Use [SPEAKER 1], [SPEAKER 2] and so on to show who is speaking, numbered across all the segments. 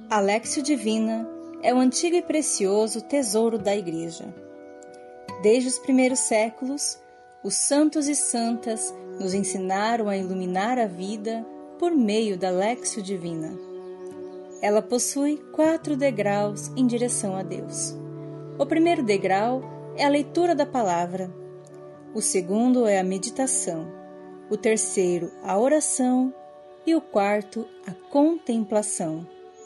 [SPEAKER 1] A Léxio Divina é o antigo e precioso tesouro da Igreja. Desde os primeiros séculos, os santos e santas nos ensinaram a iluminar a vida por meio da Léxio Divina. Ela possui 4 degraus em direção a Deus. O primeiro degrau é a leitura da palavra. O segundo é a meditação. O terceiro, a oração. E o quarto, a contemplação.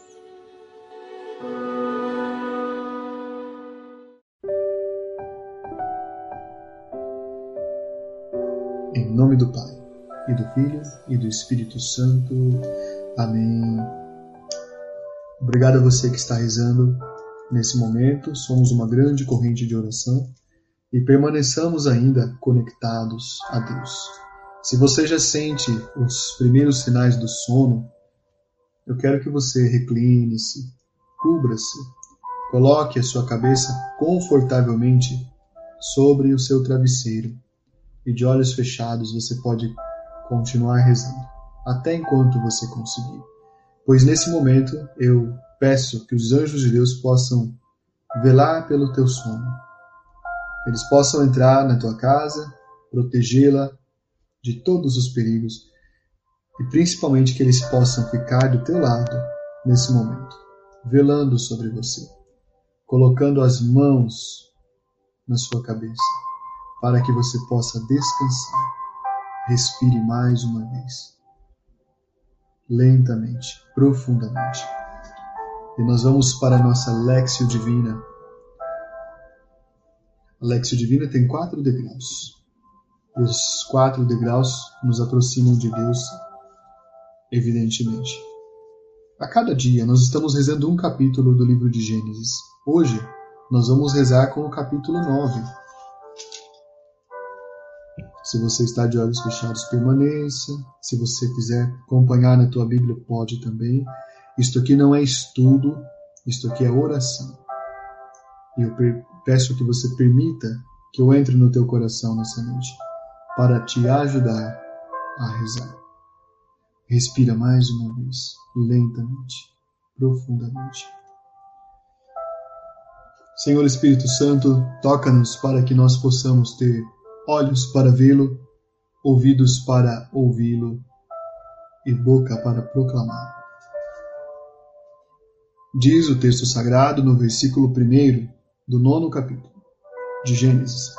[SPEAKER 2] Em nome do Pai, e do Filho, e do Espírito Santo. Amém. Obrigado a você que está rezando nesse momento. Somos uma grande corrente de oração e permaneçamos ainda conectados a Deus. Se você já sente os primeiros sinais do sono, eu quero que você recline-se, cubra-se, coloque a sua cabeça confortavelmente sobre o seu travesseiro e de olhos fechados você pode continuar rezando, até enquanto você conseguir. Pois nesse momento eu peço que os anjos de Deus possam velar pelo teu sono. Eles possam entrar na tua casa, protegê-la de todos os perigos e principalmente que eles possam ficar do teu lado nesse momento, velando sobre você, colocando as mãos na sua cabeça para que você possa descansar. Respire mais uma vez, lentamente, profundamente. E nós vamos para a nossa Léxio Divina. A Léxio Divina tem 4 degraus. Os 4 degraus nos aproximam de Deus, evidentemente. A cada dia nós estamos rezando um capítulo do livro de Gênesis. Hoje nós vamos rezar com o capítulo 9. Se você está de olhos fechados, permaneça. Se você quiser acompanhar na tua Bíblia, pode também. Isto aqui não é estudo, isto aqui é oração. E eu peço que você permita que eu entre no teu coração nessa noite, para te ajudar a rezar. Respira mais uma vez, lentamente, profundamente. Senhor Espírito Santo, toca-nos para que nós possamos ter olhos para vê-lo, ouvidos para ouvi-lo e boca para proclamar. Diz o texto sagrado no versículo 1 do 9º capítulo de Gênesis.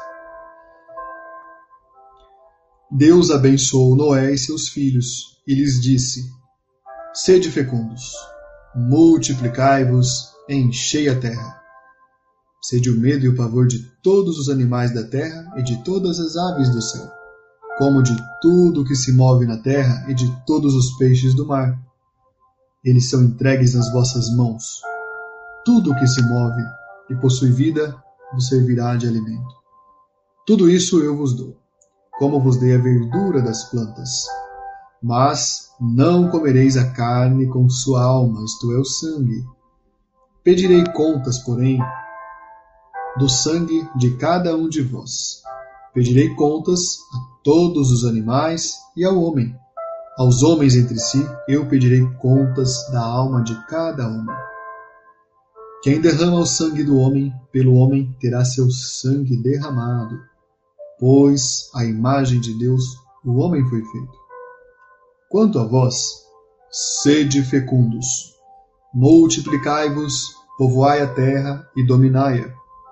[SPEAKER 2] Deus abençoou Noé e seus filhos e lhes disse: Sede fecundos, multiplicai-vos, enchei a terra. Sede o medo e o pavor de todos os animais da terra e de todas as aves do céu, como de tudo que se move na terra e de todos os peixes do mar. Eles são entregues nas vossas mãos. Tudo o que se move e possui vida vos servirá de alimento. Tudo isso eu vos dou, como vos dei a verdura das plantas. Mas não comereis a carne com sua alma, isto é, o sangue. Pedirei contas, porém, do sangue de cada um de vós. Pedirei contas a todos os animais e ao homem. Aos homens entre si eu pedirei contas da alma de cada homem. Quem derrama o sangue do homem, pelo homem terá seu sangue derramado, pois a imagem de Deus o homem foi feito. Quanto a vós, sede fecundos, multiplicai-vos, povoai a terra e dominai-a.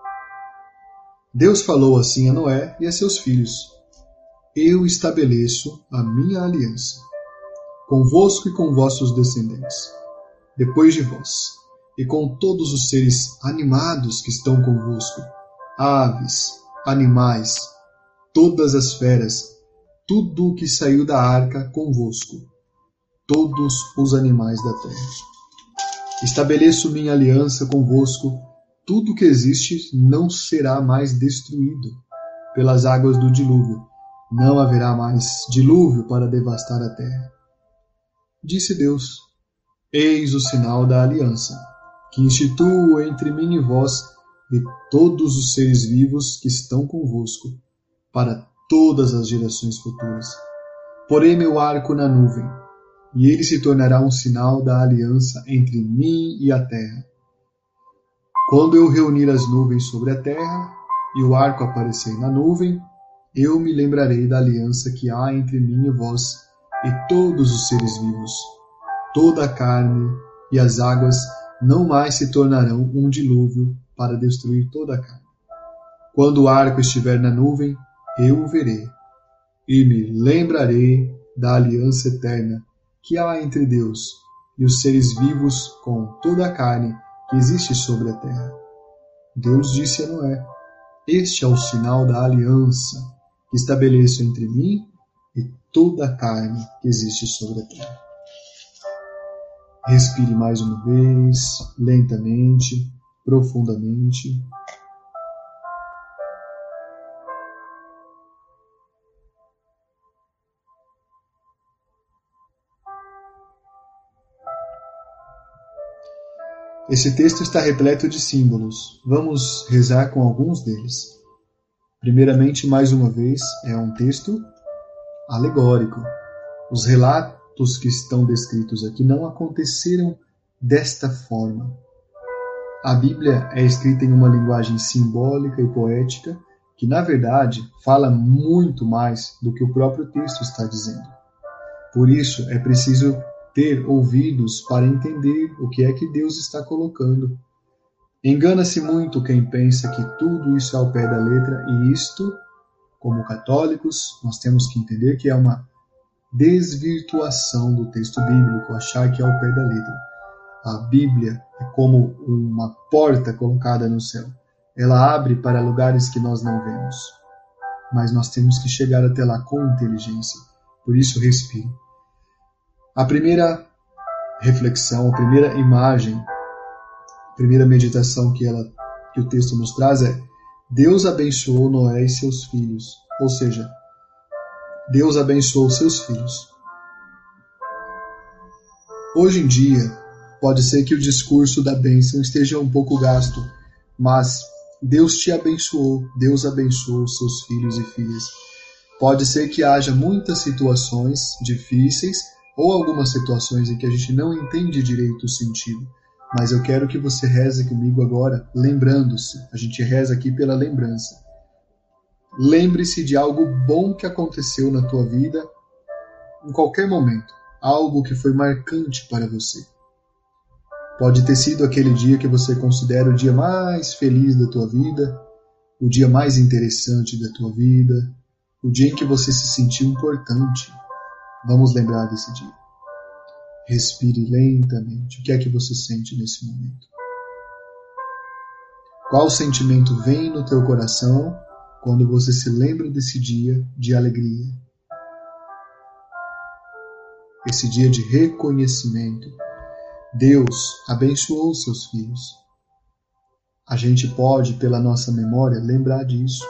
[SPEAKER 2] Deus falou assim a Noé e a seus filhos: Eu estabeleço a minha aliança convosco e com vossos descendentes, depois de vós, e com todos os seres animados que estão convosco, aves, animais, todas as feras, tudo o que saiu da arca convosco, todos os animais da terra. Estabeleço minha aliança convosco. Tudo que existe não será mais destruído pelas águas do dilúvio. Não haverá mais dilúvio para devastar a terra. Disse Deus: Eis o sinal da aliança, que instituo entre mim e vós e todos os seres vivos que estão convosco, para todas as gerações futuras. Porei meu arco na nuvem. e ele se tornará um sinal da aliança entre mim e a terra. Quando eu reunir as nuvens sobre a terra e o arco aparecer na nuvem, eu me lembrarei da aliança que há entre mim e vós e todos os seres vivos. Toda a carne e as águas não mais se tornarão um dilúvio para destruir toda a carne. Quando o arco estiver na nuvem, eu o verei e me lembrarei da aliança eterna que há entre Deus e os seres vivos com toda a carne que existe sobre a terra. Deus disse a Noé: este é o sinal da aliança que estabeleço entre mim e toda a carne que existe sobre a terra. Respire mais uma vez, lentamente, profundamente. Esse texto está repleto de símbolos. Vamos rezar com alguns deles. Primeiramente, mais uma vez, é um texto alegórico. Os relatos que estão descritos aqui não aconteceram desta forma. A Bíblia é escrita em uma linguagem simbólica e poética que, na verdade, fala muito mais do que o próprio texto está dizendo. Por isso, é preciso ter ouvidos para entender o que é que Deus está colocando. Engana-se muito quem pensa que tudo isso é ao pé da letra, e isto, como católicos, nós temos que entender que é uma desvirtuação do texto bíblico, achar que é ao pé da letra. A Bíblia é como uma porta colocada no céu. Ela abre para lugares que nós não vemos, mas nós temos que chegar até lá com inteligência. Por isso, respire. A primeira reflexão, a primeira imagem, a primeira meditação que o texto nos traz é: Deus abençoou Noé e seus filhos. Ou seja, Deus abençoou seus filhos. Hoje em dia, pode ser que o discurso da bênção esteja um pouco gasto, mas Deus te abençoou, Deus abençoou seus filhos e filhas. Pode ser que haja muitas situações difíceis, ou algumas situações em que a gente não entende direito o sentido. Mas eu quero que você reze comigo agora, lembrando-se. A gente reza aqui pela lembrança. Lembre-se de algo bom que aconteceu na tua vida, em qualquer momento. Algo que foi marcante para você. Pode ter sido aquele dia que você considera o dia mais feliz da tua vida, o dia mais interessante da tua vida, o dia em que você se sentiu importante. Vamos lembrar desse dia. Respire lentamente. O que é que você sente nesse momento? Qual sentimento vem no teu coração quando você se lembra desse dia de alegria? Esse dia de reconhecimento. Deus abençoou seus filhos. A gente pode, pela nossa memória, lembrar disso.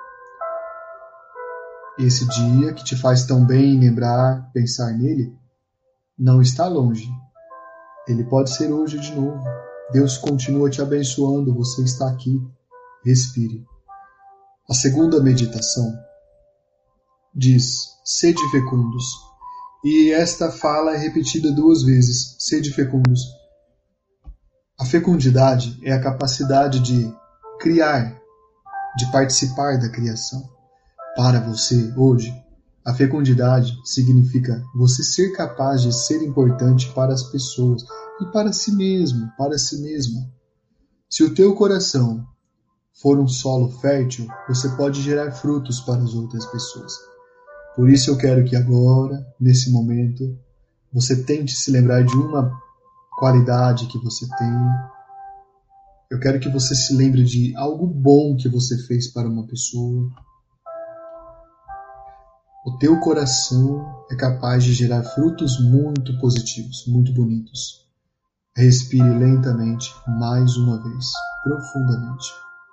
[SPEAKER 2] Esse dia que te faz tão bem lembrar, pensar nele, não está longe. Ele pode ser hoje de novo. Deus continua te abençoando, você está aqui. Respire. A segunda meditação diz: sede fecundos. E esta fala é repetida 2 vezes: sede fecundos. A fecundidade é a capacidade de criar, de participar da criação. Para você, hoje, a fecundidade significa você ser capaz de ser importante para as pessoas e para si mesmo, para si mesma. Se o teu coração for um solo fértil, você pode gerar frutos para as outras pessoas. Por isso eu quero que agora, nesse momento, você tente se lembrar de uma qualidade que você tem. Eu quero que você se lembre de algo bom que você fez para uma pessoa. O teu coração é capaz de gerar frutos muito positivos, muito bonitos. Respire lentamente, mais uma vez, profundamente.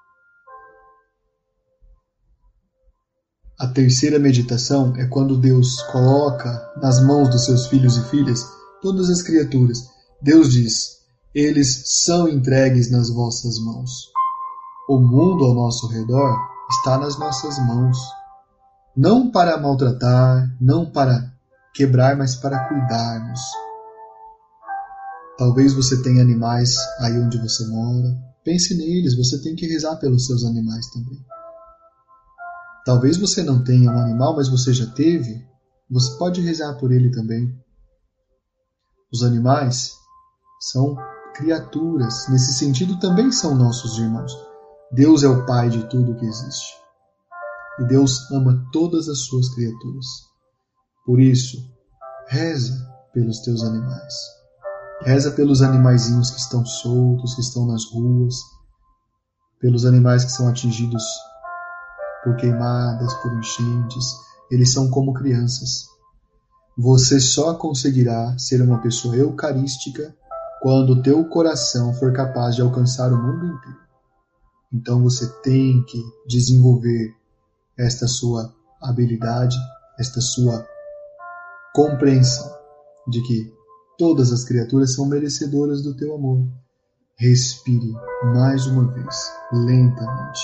[SPEAKER 2] A terceira meditação é quando Deus coloca nas mãos dos seus filhos e filhas todas as criaturas. Deus diz: eles são entregues nas vossas mãos. O mundo ao nosso redor está nas nossas mãos. Não para maltratar, não para quebrar, mas para cuidarmos. Talvez você tenha animais aí onde você mora. Pense neles, você tem que rezar pelos seus animais também. Talvez você não tenha um animal, mas você já teve. Você pode rezar por ele também. Os animais são criaturas. Nesse sentido, também são nossos irmãos. Deus é o Pai de tudo que existe. E Deus ama todas as suas criaturas. Por isso, reza pelos teus animais. Reza pelos animaizinhos que estão soltos, que estão nas ruas, pelos animais que são atingidos por queimadas, por enchentes. Eles são como crianças. Você só conseguirá ser uma pessoa eucarística quando o teu coração for capaz de alcançar o mundo inteiro. Então você tem que desenvolver esta sua habilidade, esta sua compreensão de que todas as criaturas são merecedoras do teu amor. Respire mais uma vez, lentamente.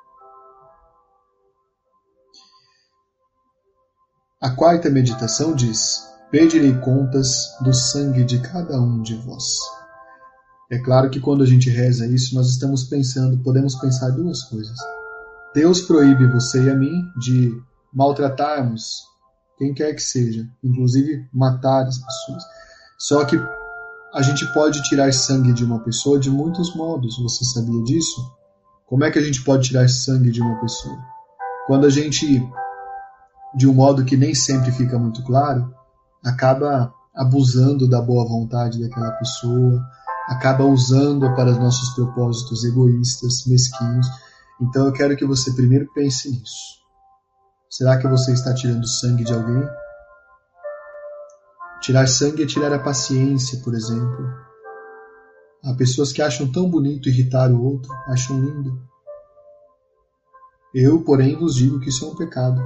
[SPEAKER 2] A quarta meditação diz: pedirei contas do sangue de cada um de vós. É claro que quando a gente reza isso, nós estamos pensando, podemos pensar duas coisas. Deus proíbe você e a mim de maltratarmos quem quer que seja, inclusive matar as pessoas. Só que a gente pode tirar sangue de uma pessoa de muitos modos. Você sabia disso? Como é que a gente pode tirar sangue de uma pessoa? Quando a gente, de um modo que nem sempre fica muito claro, acaba abusando da boa vontade daquela pessoa, acaba usando-a para os nossos propósitos egoístas, mesquinhos. Então eu quero que você primeiro pense nisso. Será que você está tirando sangue de alguém? Tirar sangue é tirar a paciência, por exemplo. Há pessoas que acham tão bonito irritar o outro, acham lindo. Eu, porém, vos digo que isso é um pecado.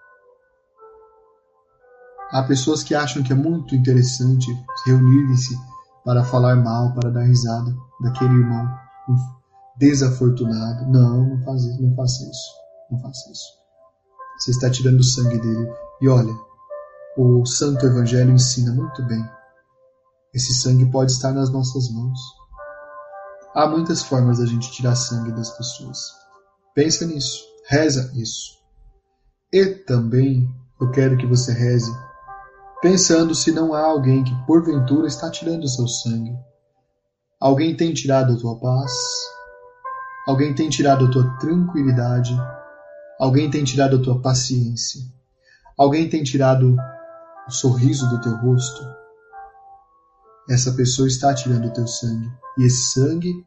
[SPEAKER 2] Há pessoas que acham que é muito interessante reunirem-se para falar mal, para dar risada daquele irmão desafortunado. Não faça isso. Não faça isso. Você está tirando o sangue dele. E olha, o Santo Evangelho ensina muito bem. Esse sangue pode estar nas nossas mãos. Há muitas formas da gente tirar sangue das pessoas. Pensa nisso. Reza isso. E também eu quero que você reze pensando se não há alguém que porventura está tirando o seu sangue. Alguém tem tirado a tua paz? Alguém tem tirado a tua tranquilidade? Alguém tem tirado a tua paciência? Alguém tem tirado o sorriso do teu rosto? Essa pessoa está tirando o teu sangue. E esse sangue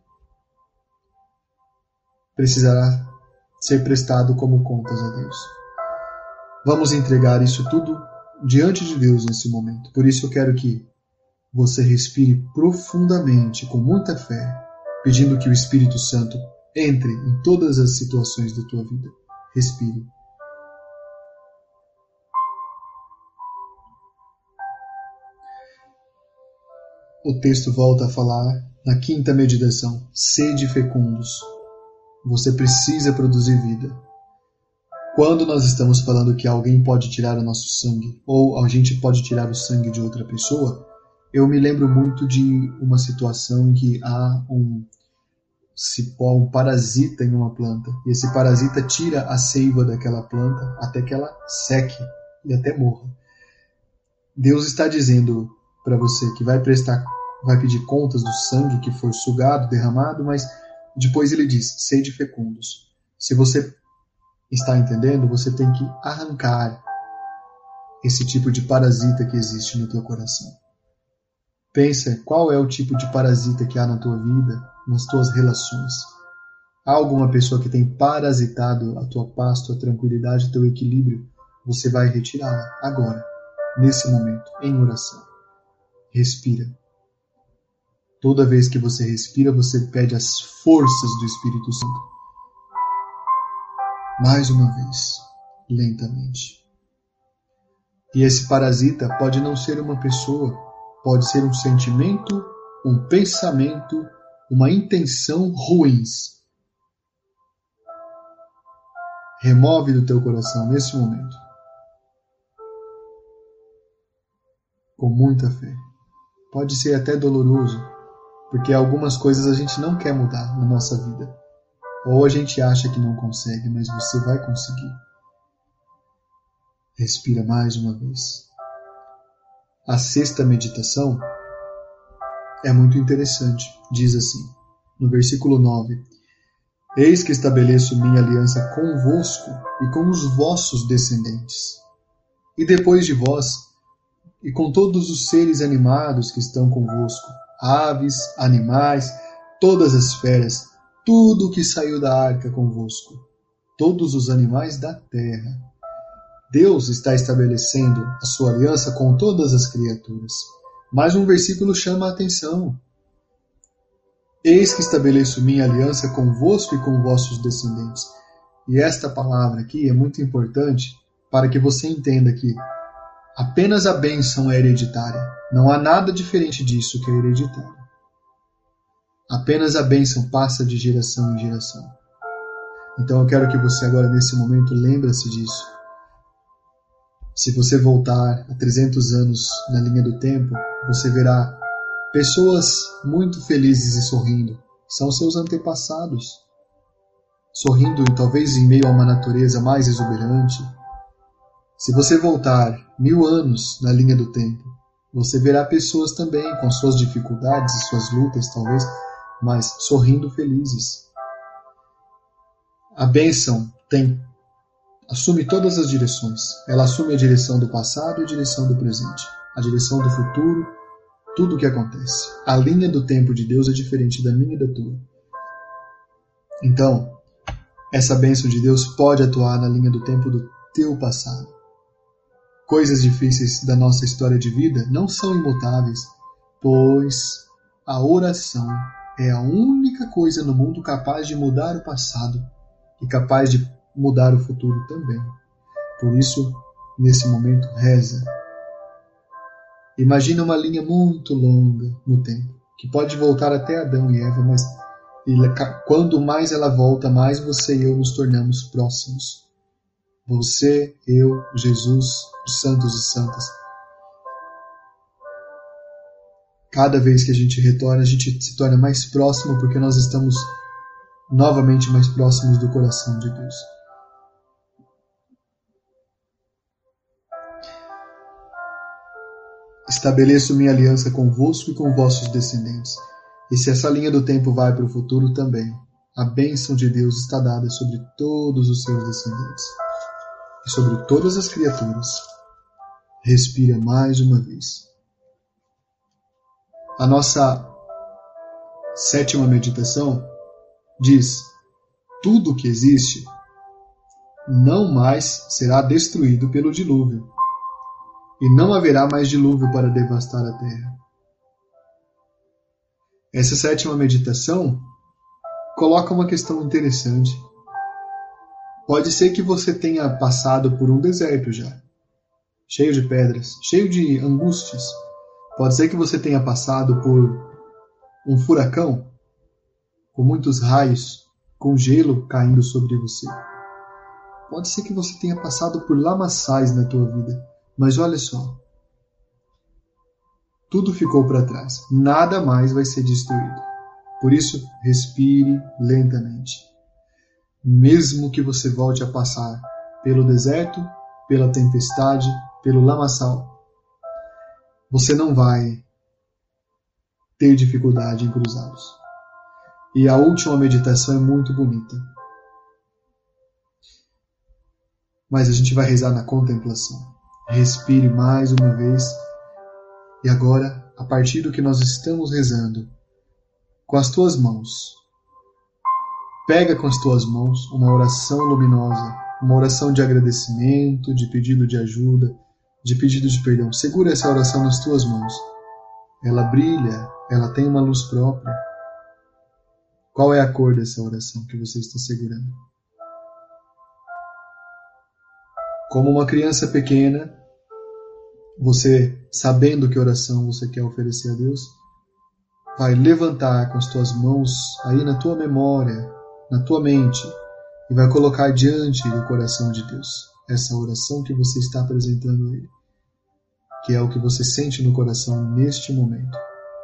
[SPEAKER 2] precisará ser prestado como contas a Deus. Vamos entregar isso tudo diante de Deus nesse momento. Por isso eu quero que você respire profundamente, com muita fé, pedindo que o Espírito Santo entre em todas as situações da tua vida. Respire. O texto volta a falar na quinta meditação: sede fecundos. Você precisa produzir vida. Quando nós estamos falando que alguém pode tirar o nosso sangue, ou a gente pode tirar o sangue de outra pessoa, eu me lembro muito de uma situação em que há um cipó, um parasita em uma planta, e esse parasita tira a seiva daquela planta até que ela seque e até morra. Deus está dizendo para você que vai pedir contas do sangue que for sugado, derramado, mas depois ele diz: sede fecundos. Se você está entendendo, você tem que arrancar esse tipo de parasita que existe no teu coração. Pensa qual é o tipo de parasita que há na tua vida, nas tuas relações. Há alguma pessoa que tem parasitado a tua paz, tua tranquilidade, teu equilíbrio? Você vai retirá-la agora, nesse momento, em oração. Respira. Toda vez que você respira, você pede as forças do Espírito Santo. Mais uma vez, lentamente. E esse parasita pode não ser uma pessoa, pode ser um sentimento, um pensamento, uma intenção ruins. Remove do teu coração nesse momento. com muita fé. Pode ser até doloroso, porque algumas coisas a gente não quer mudar na nossa vida. Ou a gente acha que não consegue, mas você vai conseguir. Respira mais uma vez. A sexta meditação é muito interessante. Diz assim, no versículo 9: Eis que estabeleço minha aliança convosco e com os vossos descendentes, e depois de vós, e com todos os seres animados que estão convosco, aves, animais, todas as feras, tudo o que saiu da arca convosco, todos os animais da terra. Deus está estabelecendo a sua aliança com todas as criaturas. Mas um versículo chama a atenção. Eis que estabeleço minha aliança convosco e com vossos descendentes. E esta palavra aqui é muito importante para que você entenda que apenas a bênção é hereditária. Não há nada diferente disso que é hereditário. Apenas a bênção passa de geração em geração. Então eu quero que você agora, nesse momento, lembre-se disso. Se você voltar a 300 anos na linha do tempo, você verá pessoas muito felizes e sorrindo. São seus antepassados. Sorrindo talvez em meio a uma natureza mais exuberante. Se você voltar 1000 anos na linha do tempo, você verá pessoas também com suas dificuldades e suas lutas talvez, mas sorrindo felizes. A bênção assume todas as direções. Ela assume a direção do passado e a direção do presente. A direção do futuro, tudo o que acontece. A linha do tempo de Deus é diferente da minha e da tua. Então, essa bênção de Deus pode atuar na linha do tempo do teu passado. Coisas difíceis da nossa história de vida não são imutáveis, pois a oração é a única coisa no mundo capaz de mudar o passado e capaz de mudar o futuro também. Por isso, nesse momento, reza. Imagina uma linha muito longa no tempo, que pode voltar até Adão e Eva, mas quando mais ela volta, mais você e eu nos tornamos próximos. Você, eu, Jesus, os santos e santas. Cada vez que a gente retorna, a gente se torna mais próximo, porque nós estamos novamente mais próximos do coração de Deus. Estabeleço minha aliança convosco e com vossos descendentes. E se essa linha do tempo vai para o futuro também, a bênção de Deus está dada sobre todos os seus descendentes e sobre todas as criaturas. Respira mais uma vez. A nossa sétima meditação diz: tudo que existe não mais será destruído pelo dilúvio, e não haverá mais dilúvio para devastar a terra. Essa sétima meditação coloca uma questão interessante. Pode ser que você tenha passado por um deserto já, cheio de pedras, cheio de angústias. Pode ser que você tenha passado por um furacão, com muitos raios, com gelo caindo sobre você. Pode ser que você tenha passado por lamaçais na tua vida. Mas olha só, tudo ficou para trás, nada mais vai ser destruído. Por isso, respire lentamente. Mesmo que você volte a passar pelo deserto, pela tempestade, pelo lamaçal, você não vai ter dificuldade em cruzá-los. E a última meditação é muito bonita. Mas a gente vai rezar na contemplação. Respire mais uma vez. E agora, a partir do que nós estamos rezando, com as tuas mãos, pega com as tuas mãos uma oração luminosa, uma oração de agradecimento, de pedido de ajuda, de pedido de perdão. Segura essa oração nas tuas mãos. Ela brilha, ela tem uma luz própria. Qual é a cor dessa oração que você está segurando? Como uma criança pequena, você, sabendo que oração você quer oferecer a Deus, vai levantar com as tuas mãos aí na tua memória, na tua mente, e vai colocar diante do coração de Deus essa oração que você está apresentando a Ele. que é o que você sente no coração neste momento.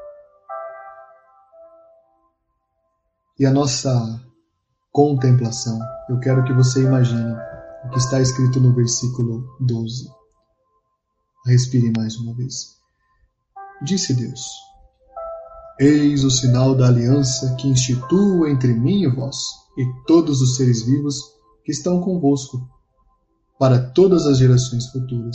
[SPEAKER 2] E a nossa contemplação, eu quero que você imagine o que está escrito no versículo 12. Respire mais uma vez. Disse Deus: Eis o sinal da aliança que instituo entre mim e vós, e todos os seres vivos que estão convosco, para todas as gerações futuras.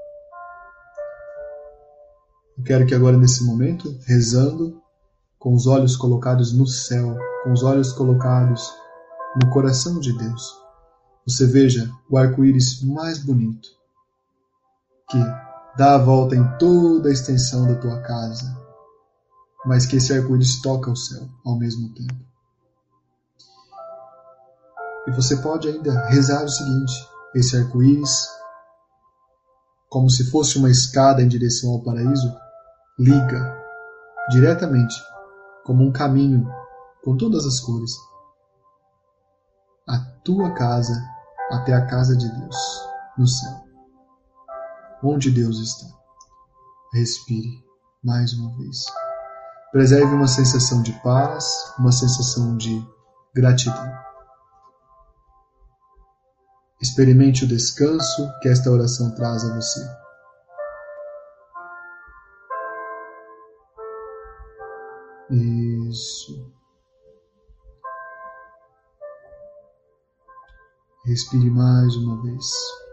[SPEAKER 2] Eu quero que agora, nesse momento, rezando, com os olhos colocados no céu, com os olhos colocados no coração de Deus, você veja o arco-íris mais bonito, que dá a volta em toda a extensão da tua casa, mas que esse arco-íris toca o céu ao mesmo tempo. E você pode ainda rezar o seguinte: esse arco-íris, como se fosse uma escada em direção ao paraíso, liga diretamente, como um caminho com todas as cores, a tua casa até a casa de Deus, no céu, onde Deus está. Respire mais uma vez. Preserve uma sensação de paz, uma sensação de gratidão. Experimente o descanso que esta oração traz a você. Isso. Respire mais uma vez.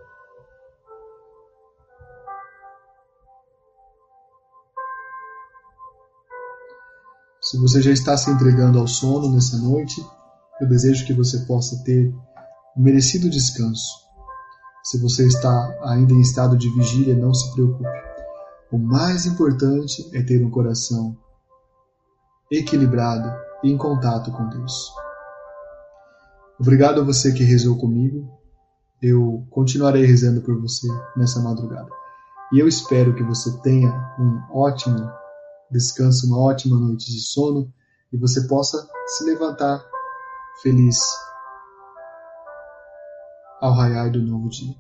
[SPEAKER 2] Se você já está se entregando ao sono nessa noite, eu desejo que você possa ter um merecido descanso. Se você está ainda em estado de vigília, não se preocupe. O mais importante é ter um coração equilibrado e em contato com Deus. Obrigado a você que rezou comigo. Eu continuarei rezando por você nessa madrugada. E eu espero que você tenha um ótimo descanso, uma ótima noite de sono e você possa se levantar feliz ao raiar do novo dia.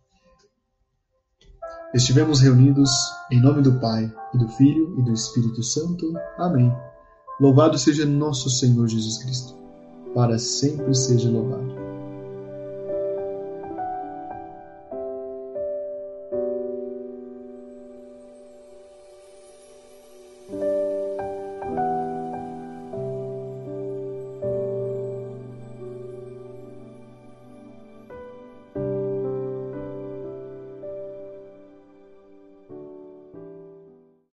[SPEAKER 2] Estivemos reunidos em nome do Pai, e do Filho e do Espírito Santo. Amém. Louvado seja nosso Senhor Jesus Cristo. Para sempre seja louvado.